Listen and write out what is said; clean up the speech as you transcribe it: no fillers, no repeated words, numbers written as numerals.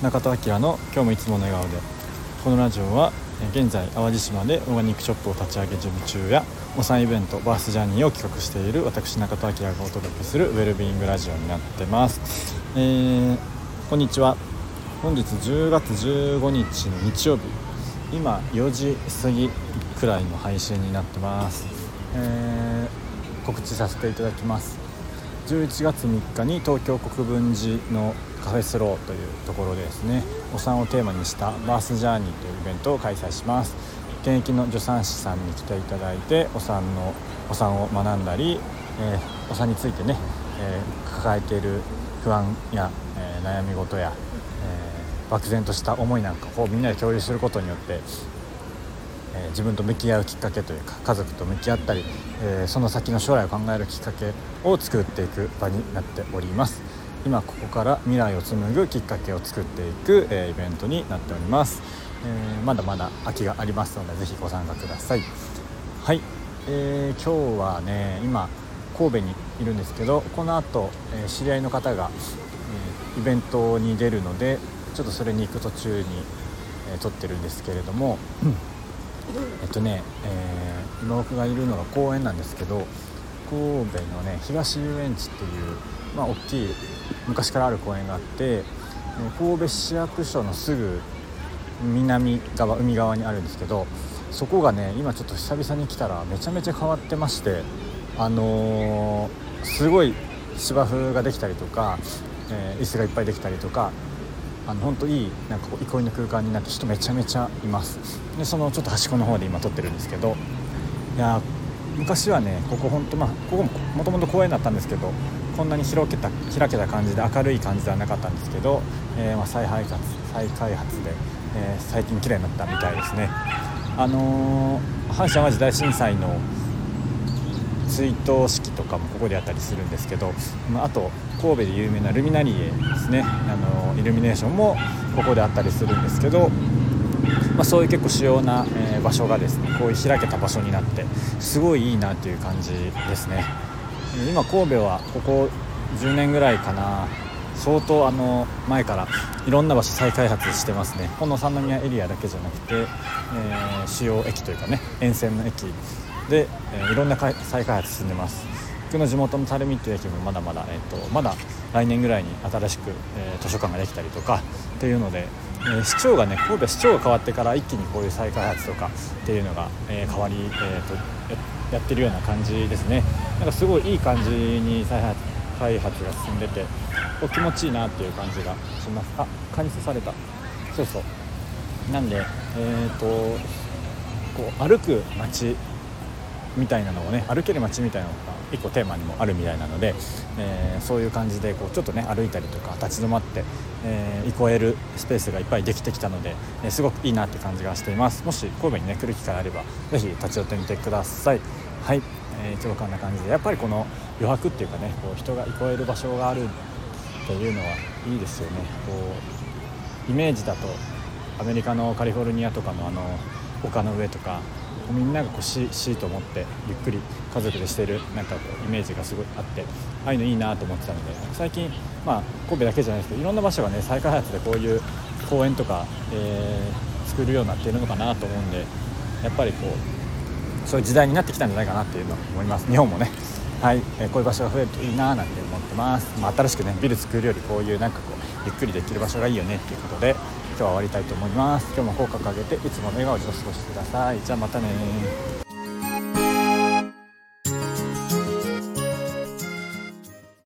中田明の今日もいつもの笑顔で。このラジオは現在淡路島でオーガニックショップを立ち上げ準備中やお産イベントバースジャーニーを企画している私中田明がお届けするウェルビーイングラジオになってます。こんにちは。本日10月15日の日曜日、今4時過ぎくらいの配信になってます。告知させていただきます。11月3日に東京国分寺のカフェスローというところでですね、お産をテーマにしたバースジャーニーというイベントを開催します。現役の助産師さんに来ていただいてお産を学んだり、お産についてね、抱えている不安や、悩み事や、漠然とした思いなんかをみんなで共有することによって、自分と向き合うきっかけというか、家族と向き合ったり、その先の将来を考えるきっかけを作っていく場になっております。今ここから未来を紡ぐきっかけを作っていく、イベントになっております。まだまだ空きがありますのでぜひご参加ください。はい、今日はね今神戸にいるんですけど、この後、知り合いの方が、イベントに出るのでちょっとそれに行く途中に、撮ってるんですけれども今僕がいるのが公園なんですけど、神戸のね東遊園地っていう、大きい昔からある公園があって、神戸市役所のすぐ南側海側にあるんですけど、そこがね今ちょっと久々に来たらめちゃめちゃ変わってまして、すごい芝生ができたりとか、椅子がいっぱいできたりとか、本当いいなんかこう憩いの空間になって人めちゃめちゃいます。でそのちょっと端っこの方で今撮ってるんですけど、いや昔はねここ本当ここもともと公園だったんですけど、こんなに開けた感じで明るい感じではなかったんですけど、再開発で、最近綺麗になったみたいですね。阪神・淡路大震災の追悼式とかもここでやったりするんですけど、あと神戸で有名なルミナリエですね、イルミネーションもここであったりするんですけど、そういう結構主要な、場所がですねこういう開けた場所になってすごいいいなという感じですね。今神戸はここ10年ぐらいかな、相当前からいろんな場所再開発してますね。この三宮エリアだけじゃなくて、主要駅というかね沿線の駅で、いろんな再開発進んでます。僕の地元の垂水っていう駅もまだまだ来年ぐらいに新しく、図書館ができたりとかっていうので、市長がね神戸市長が変わってから一気にこういう再開発とかっていうのが、変わり、やってるような感じですね。なんかすごいいい感じに再開発が進んでて気持ちいいなっていう感じがします。蚊に刺された。そうなんで、こう歩く街みたいなのをね、歩ける街みたいなのが一個テーマにもあるみたいなので、そういう感じでこうちょっとね歩いたりとか立ち止まって、憩えるスペースがいっぱいできてきたので、すごくいいなって感じがしています。もし神戸にね来る機会あればぜひ立ち寄ってみてください。はい、一応こんな感じでやっぱりこの余白っていうかね、こう人が憩える場所があるっていうのはいいですよね。こうイメージだとアメリカのカリフォルニアとかの丘の上とかみんながこうシートを持ってゆっくり家族でしてるなんかこうイメージがすごいあって、ああいうのいいなと思ってたので、最近神戸だけじゃないですけどいろんな場所がね再開発でこういう公園とか、作るようになっているのかなと思うんで、やっぱりこうそういう時代になってきたんじゃないかなっていうのを思います。日本もね、はい、こういう場所が増えるといいななんて思ってます。新しくねビル作るよりこういうなんかこうゆっくりできる場所がいいよねっていうことで今日は終わりたいと思います。今日も口角上げていつもの笑顔でお過ごしください。じゃあまたね。